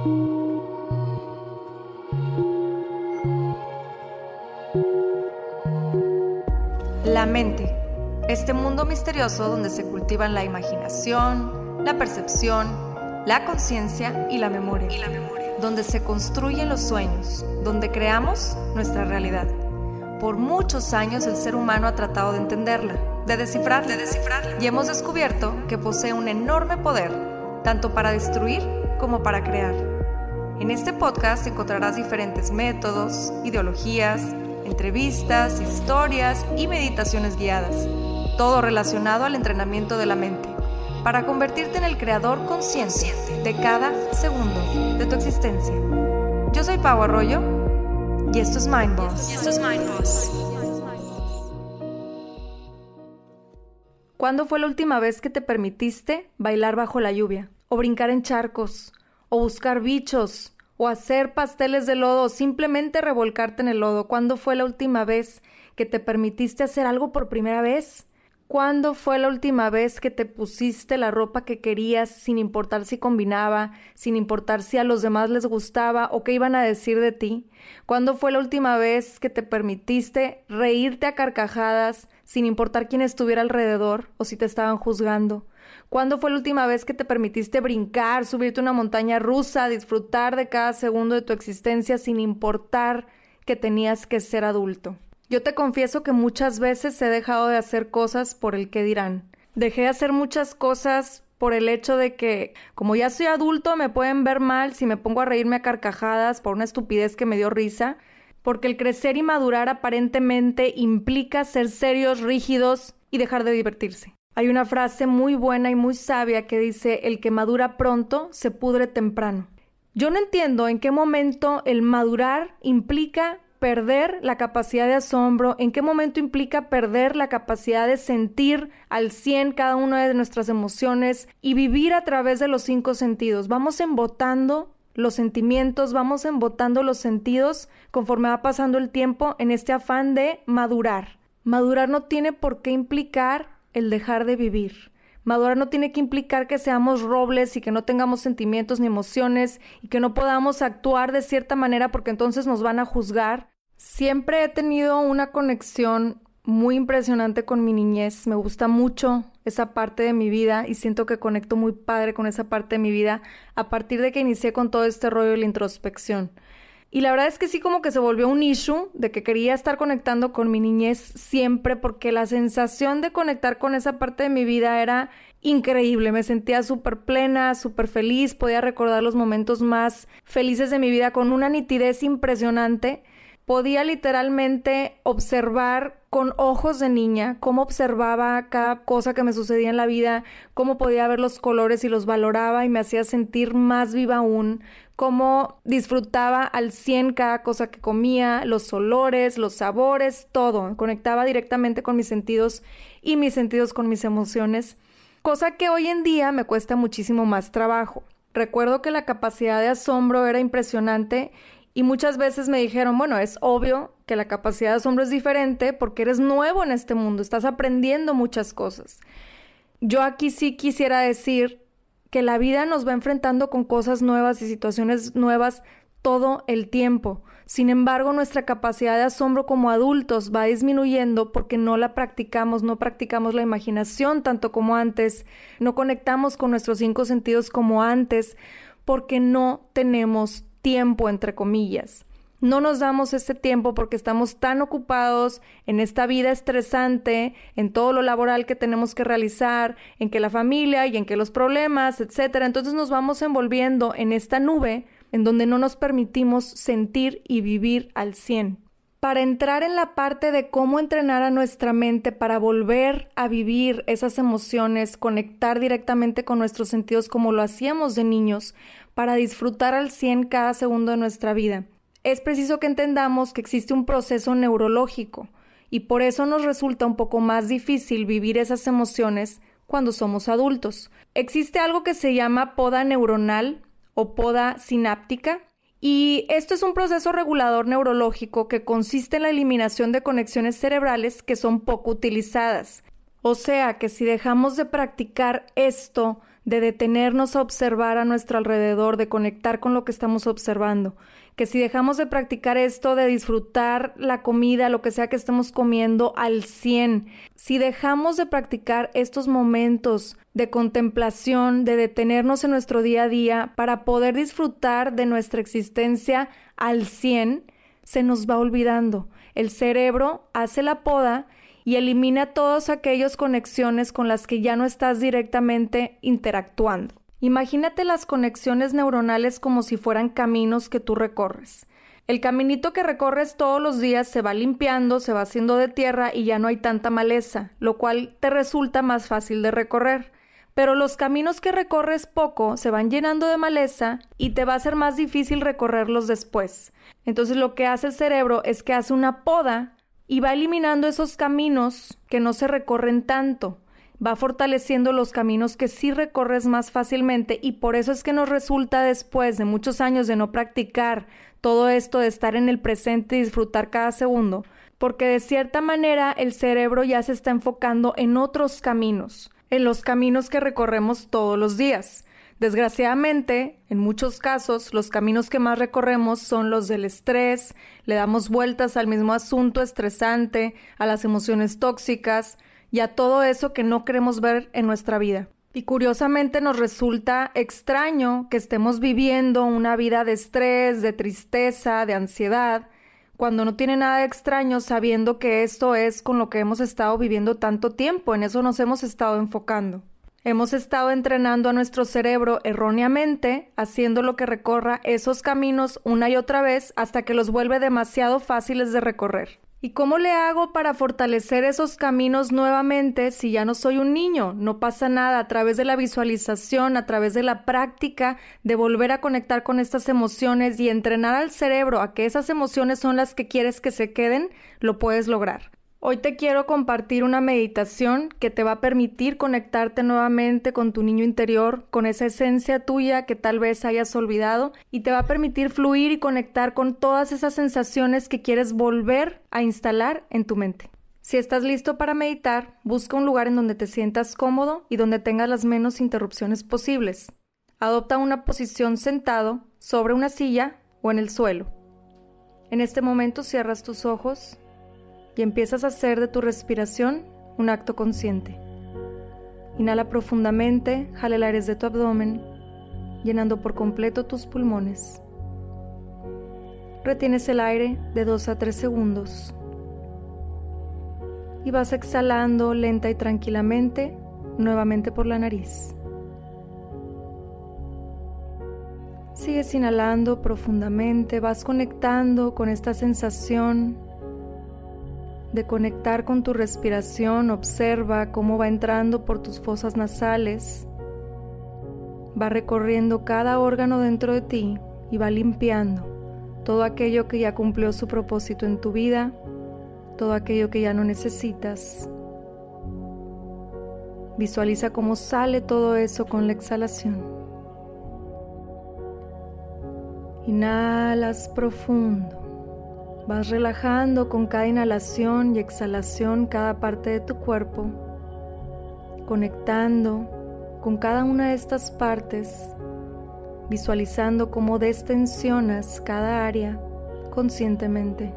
La mente, este mundo misterioso donde se cultivan la imaginación, la percepción, la conciencia y la memoria, donde se construyen los sueños, donde creamos nuestra realidad. Por muchos años el ser humano ha tratado de entenderla, de descifrarla, y hemos descubierto que posee un enorme poder, tanto para destruir como para crear. En este podcast encontrarás diferentes métodos, ideologías, entrevistas, historias y meditaciones guiadas, todo relacionado al entrenamiento de la mente, para convertirte en el creador consciente de cada segundo de tu existencia. Yo soy Pau Arroyo y esto es Mind Boss. ¿Cuándo fue la última vez que te permitiste bailar bajo la lluvia? O brincar en charcos, o buscar bichos, o hacer pasteles de lodo, o simplemente revolcarte en el lodo. ¿Cuándo fue la última vez que te permitiste hacer algo por primera vez? ¿Cuándo fue la última vez que te pusiste la ropa que querías sin importar si combinaba, sin importar si a los demás les gustaba o qué iban a decir de ti? ¿Cuándo fue la última vez que te permitiste reírte a carcajadas sin importar quién estuviera alrededor o si te estaban juzgando? ¿Cuándo fue la última vez que te permitiste brincar, subirte a una montaña rusa, disfrutar de cada segundo de tu existencia sin importar que tenías que ser adulto? Yo te confieso que muchas veces he dejado de hacer cosas por el qué dirán. Dejé de hacer muchas cosas por el hecho de que, como ya soy adulto, me pueden ver mal si me pongo a reírme a carcajadas por una estupidez que me dio risa, porque el crecer y madurar aparentemente implica ser serios, rígidos y dejar de divertirse. Hay una frase muy buena y muy sabia que dice: el que madura pronto se pudre temprano. Yo no entiendo en qué momento el madurar implica perder la capacidad de asombro, en qué momento implica perder la capacidad de sentir al 100 cada una de nuestras emociones y vivir a través de los 5 sentidos. Vamos embotando los sentimientos, vamos embotando los sentidos conforme va pasando el tiempo en este afán de madurar. Madurar no tiene por qué implicar el dejar de vivir. Madurar no tiene que implicar que seamos robles y que no tengamos sentimientos ni emociones y que no podamos actuar de cierta manera porque entonces nos van a juzgar. Siempre he tenido una conexión muy impresionante con mi niñez. Me gusta mucho esa parte de mi vida y siento que conecto muy padre con esa parte de mi vida a partir de que inicié con todo este rollo de la introspección. Y la verdad es que sí, como que se volvió un issue de que quería estar conectando con mi niñez siempre porque la sensación de conectar con esa parte de mi vida era increíble. Me sentía súper plena, súper feliz, podía recordar los momentos más felices de mi vida con una nitidez impresionante. Podía literalmente observar con ojos de niña cómo observaba cada cosa que me sucedía en la vida, cómo podía ver los colores y los valoraba y me hacía sentir más viva aún, cómo disfrutaba al 100 cada cosa que comía, los olores, los sabores, todo. Conectaba directamente con mis sentidos y mis sentidos con mis emociones, cosa que hoy en día me cuesta muchísimo más trabajo. Recuerdo que la capacidad de asombro era impresionante y muchas veces me dijeron, bueno, es obvio que la capacidad de asombro es diferente porque eres nuevo en este mundo, estás aprendiendo muchas cosas. Yo aquí sí quisiera decir que la vida nos va enfrentando con cosas nuevas y situaciones nuevas todo el tiempo. Sin embargo, nuestra capacidad de asombro como adultos va disminuyendo porque no la practicamos, no practicamos la imaginación tanto como antes, no conectamos con nuestros 5 sentidos como antes, porque no tenemos tiempo, entre comillas. No nos damos ese tiempo porque estamos tan ocupados en esta vida estresante, en todo lo laboral que tenemos que realizar, en que la familia y en que los problemas, etcétera. Entonces nos vamos envolviendo en esta nube en donde no nos permitimos sentir y vivir al 100. Para entrar en la parte de cómo entrenar a nuestra mente para volver a vivir esas emociones, conectar directamente con nuestros sentidos como lo hacíamos de niños, para disfrutar al 100 cada segundo de nuestra vida, es preciso que entendamos que existe un proceso neurológico y por eso nos resulta un poco más difícil vivir esas emociones cuando somos adultos. Existe algo que se llama poda neuronal o poda sináptica y esto es un proceso regulador neurológico que consiste en la eliminación de conexiones cerebrales que son poco utilizadas. O sea que si dejamos de practicar esto de detenernos a observar a nuestro alrededor, de conectar con lo que estamos observando. Que si dejamos de practicar esto, de disfrutar la comida, lo que sea que estemos comiendo al 100, si dejamos de practicar estos momentos de contemplación, de detenernos en nuestro día a día para poder disfrutar de nuestra existencia al 100, se nos va olvidando. El cerebro hace la poda y elimina todas aquellas conexiones con las que ya no estás directamente interactuando. Imagínate las conexiones neuronales como si fueran caminos que tú recorres. El caminito que recorres todos los días se va limpiando, se va haciendo de tierra y ya no hay tanta maleza, lo cual te resulta más fácil de recorrer. Pero los caminos que recorres poco se van llenando de maleza y te va a ser más difícil recorrerlos después. Entonces lo que hace el cerebro es que hace una poda y va eliminando esos caminos que no se recorren tanto. Va fortaleciendo los caminos que sí recorres más fácilmente y por eso es que nos resulta después de muchos años de no practicar todo esto de estar en el presente y disfrutar cada segundo, porque de cierta manera el cerebro ya se está enfocando en otros caminos, en los caminos que recorremos todos los días. Desgraciadamente, en muchos casos, los caminos que más recorremos son los del estrés, le damos vueltas al mismo asunto estresante, a las emociones tóxicas y a todo eso que no queremos ver en nuestra vida. Y curiosamente nos resulta extraño que estemos viviendo una vida de estrés, de tristeza, de ansiedad, cuando no tiene nada de extraño sabiendo que esto es con lo que hemos estado viviendo tanto tiempo, en eso nos hemos estado enfocando. Hemos estado entrenando a nuestro cerebro erróneamente, haciendo que recorra esos caminos una y otra vez hasta que los vuelve demasiado fáciles de recorrer. ¿Y cómo le hago para fortalecer esos caminos nuevamente si ya no soy un niño? No pasa nada, a través de la visualización, a través de la práctica, de volver a conectar con estas emociones y entrenar al cerebro a que esas emociones son las que quieres que se queden, lo puedes lograr. Hoy te quiero compartir una meditación que te va a permitir conectarte nuevamente con tu niño interior, con esa esencia tuya que tal vez hayas olvidado y te va a permitir fluir y conectar con todas esas sensaciones que quieres volver a instalar en tu mente. Si estás listo para meditar, busca un lugar en donde te sientas cómodo y donde tengas las menos interrupciones posibles. Adopta una posición sentado sobre una silla o en el suelo. En este momento cierras tus ojos y empiezas a hacer de tu respiración un acto consciente. Inhala profundamente, jala el aire de tu abdomen, llenando por completo tus pulmones. Retienes el aire de 2 a 3 segundos. Y vas exhalando lenta y tranquilamente, nuevamente por la nariz. Sigues inhalando profundamente, vas conectando con esta sensación de conectar con tu respiración. Observa cómo va entrando por tus fosas nasales, va recorriendo cada órgano dentro de ti y va limpiando todo aquello que ya cumplió su propósito en tu vida, todo aquello que ya no necesitas. Visualiza cómo sale todo eso con la exhalación. Inhalas profundo. Vas relajando con cada inhalación y exhalación cada parte de tu cuerpo, conectando con cada una de estas partes, visualizando cómo destensionas cada área conscientemente.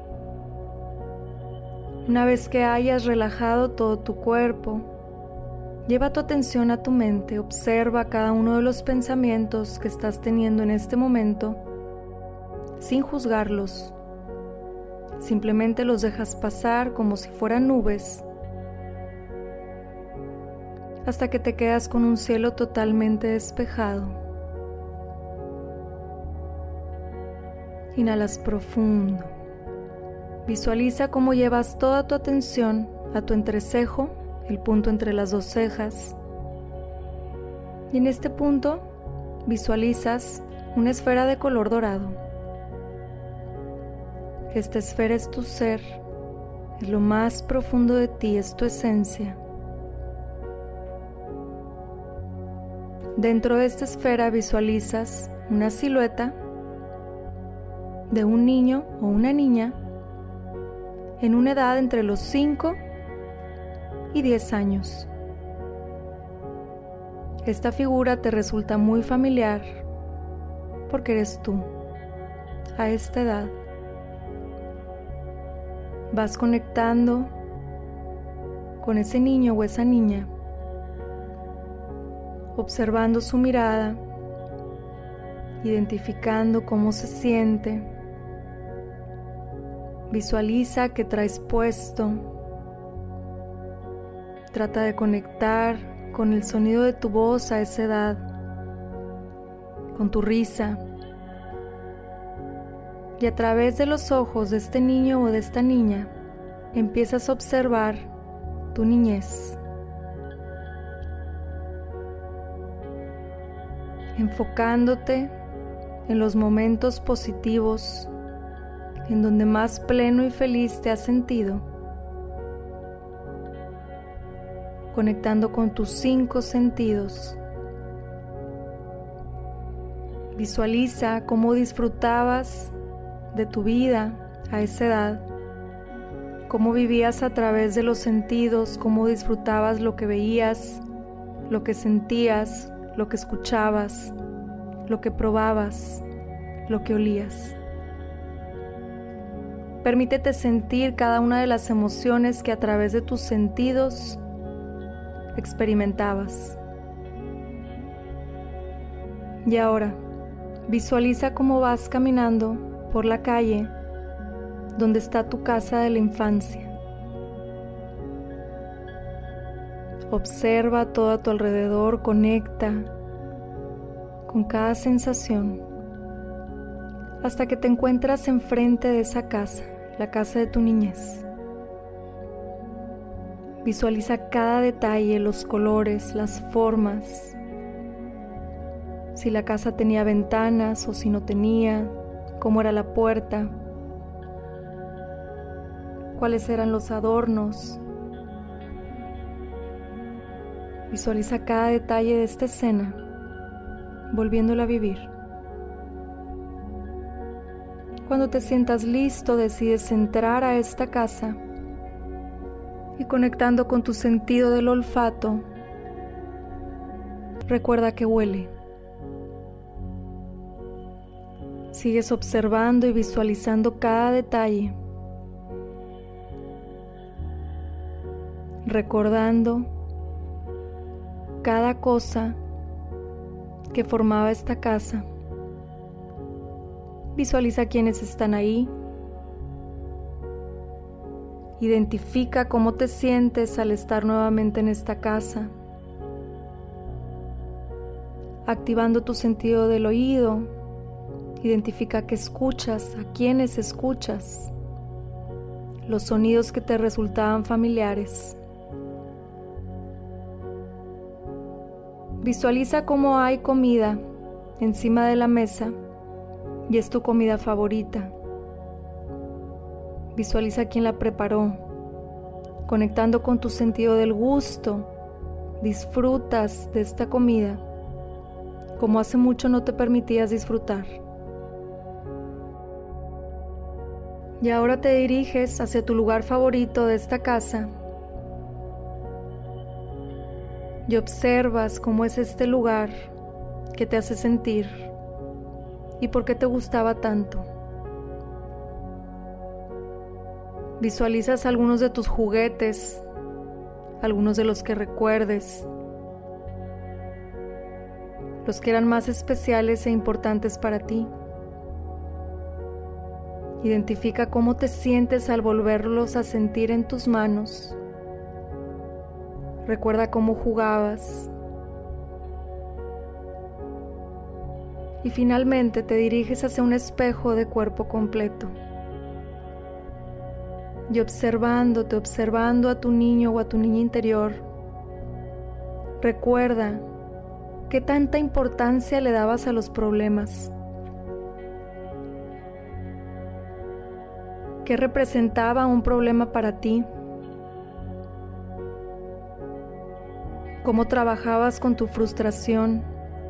Una vez que hayas relajado todo tu cuerpo, lleva tu atención a tu mente, observa cada uno de los pensamientos que estás teniendo en este momento, sin juzgarlos. Simplemente los dejas pasar como si fueran nubes, hasta que te quedas con un cielo totalmente despejado. Inhalas profundo. Visualiza cómo llevas toda tu atención a tu entrecejo, el punto entre las dos cejas. Y en este punto visualizas una esfera de color dorado. Esta esfera es tu ser, es lo más profundo de ti, es tu esencia. Dentro de esta esfera visualizas una silueta de un niño o una niña en una edad entre los 5 y 10 años. Esta figura te resulta muy familiar porque eres tú, a esta edad. Vas conectando con ese niño o esa niña, observando su mirada, identificando cómo se siente. Visualiza qué traes puesto. Trata de conectar con el sonido de tu voz a esa edad, con tu risa. Y a través de los ojos de este niño o de esta niña, empiezas a observar tu niñez. Enfocándote en los momentos positivos en donde más pleno y feliz te has sentido, conectando con tus 5 sentidos. Visualiza cómo disfrutabas de tu vida a esa edad, cómo vivías a través de los sentidos, cómo disfrutabas lo que veías, lo que sentías, lo que escuchabas, lo que probabas, lo que olías. Permítete sentir cada una de las emociones que a través de tus sentidos experimentabas. Y ahora, visualiza cómo vas caminando por la calle donde está tu casa de la infancia. Observa todo a tu alrededor, conecta con cada sensación hasta que te encuentras enfrente de esa casa, la casa de tu niñez. Visualiza cada detalle, los colores, las formas, si la casa tenía ventanas o si no tenía, cómo era la puerta, cuáles eran los adornos. Visualiza cada detalle de esta escena, volviéndola a vivir. Cuando te sientas listo, decides entrar a esta casa y conectando con tu sentido del olfato, recuerda que huele. Sigues observando y visualizando cada detalle, recordando cada cosa que formaba esta casa. Visualiza quiénes están ahí. Identifica cómo te sientes al estar nuevamente en esta casa. Activando tu sentido del oído, identifica qué escuchas, a quiénes escuchas, los sonidos que te resultaban familiares. Visualiza cómo hay comida encima de la mesa y es tu comida favorita. Visualiza quién la preparó. Conectando con tu sentido del gusto, disfrutas de esta comida como hace mucho no te permitías disfrutar. Y ahora te diriges hacia tu lugar favorito de esta casa y observas cómo es este lugar que te hace sentir y por qué te gustaba tanto. Visualizas algunos de tus juguetes, algunos de los que recuerdes, los que eran más especiales e importantes para ti. Identifica cómo te sientes al volverlos a sentir en tus manos. Recuerda cómo jugabas. Y finalmente te diriges hacia un espejo de cuerpo completo. Y observándote, observando a tu niño o a tu niña interior, recuerda qué tanta importancia le dabas a los problemas. ¿Qué representaba un problema para ti? ¿Cómo trabajabas con tu frustración?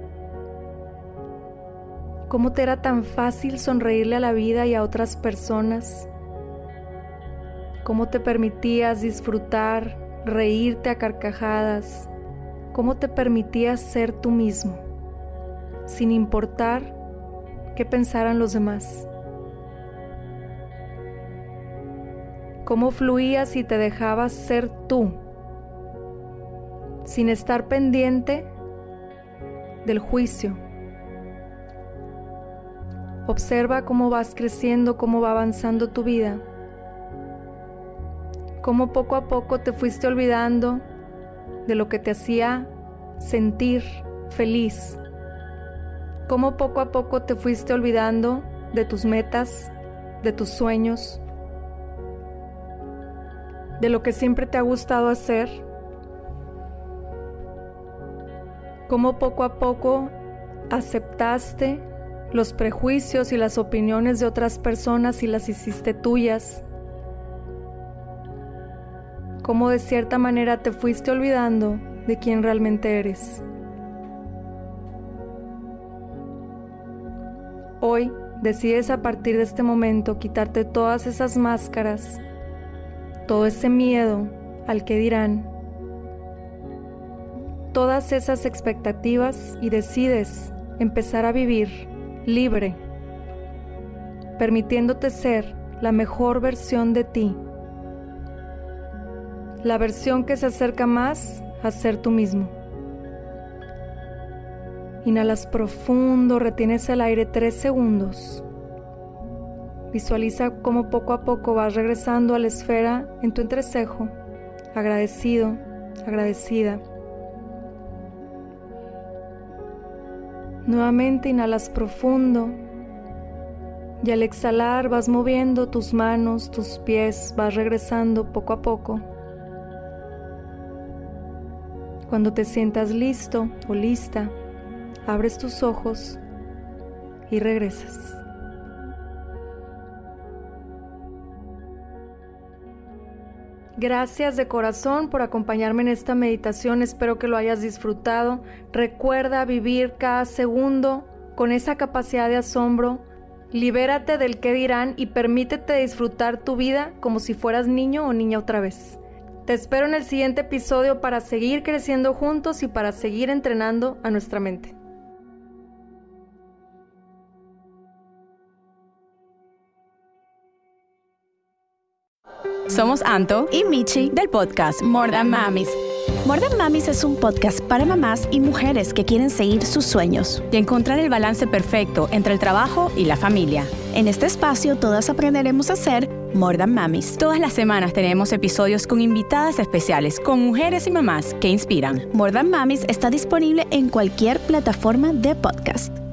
¿Cómo te era tan fácil sonreírle a la vida y a otras personas? ¿Cómo te permitías disfrutar, reírte a carcajadas cómo te permitías ser tú mismo, sin importar qué pensaran los demás. Cómo fluías y te dejabas ser tú, sin estar pendiente del juicio. Observa cómo vas creciendo, cómo va avanzando tu vida, cómo poco a poco te fuiste olvidando de lo que te hacía sentir feliz, cómo poco a poco te fuiste olvidando de tus metas, de tus sueños, de lo que siempre te ha gustado hacer, cómo poco a poco aceptaste los prejuicios y las opiniones de otras personas y las hiciste tuyas, cómo de cierta manera te fuiste olvidando de quién realmente eres. Hoy decides a partir de este momento quitarte todas esas máscaras, todo ese miedo al que dirán, todas esas expectativas y decides empezar a vivir libre, permitiéndote ser la mejor versión de ti, la versión que se acerca más a ser tú mismo. Inhalas profundo, retienes el aire 3 segundos. Visualiza cómo poco a poco vas regresando a la esfera en tu entrecejo, agradecido, agradecida. Nuevamente inhalas profundo y al exhalar vas moviendo tus manos, tus pies, vas regresando poco a poco. Cuando te sientas listo o lista, abres tus ojos y regresas. Gracias de corazón por acompañarme en esta meditación, espero que lo hayas disfrutado. Recuerda vivir cada segundo con esa capacidad de asombro. Libérate del qué dirán y permítete disfrutar tu vida como si fueras niño o niña otra vez. Te espero en el siguiente episodio para seguir creciendo juntos y para seguir entrenando a nuestra mente. Somos Anto y Michi del podcast More Than Mamis. More Than Mamis es un podcast para mamás y mujeres que quieren seguir sus sueños y encontrar el balance perfecto entre el trabajo y la familia. En este espacio todas aprenderemos a ser More Than Mamis. Todas las semanas tenemos episodios con invitadas especiales, con mujeres y mamás que inspiran. More Than Mamis está disponible en cualquier plataforma de podcast.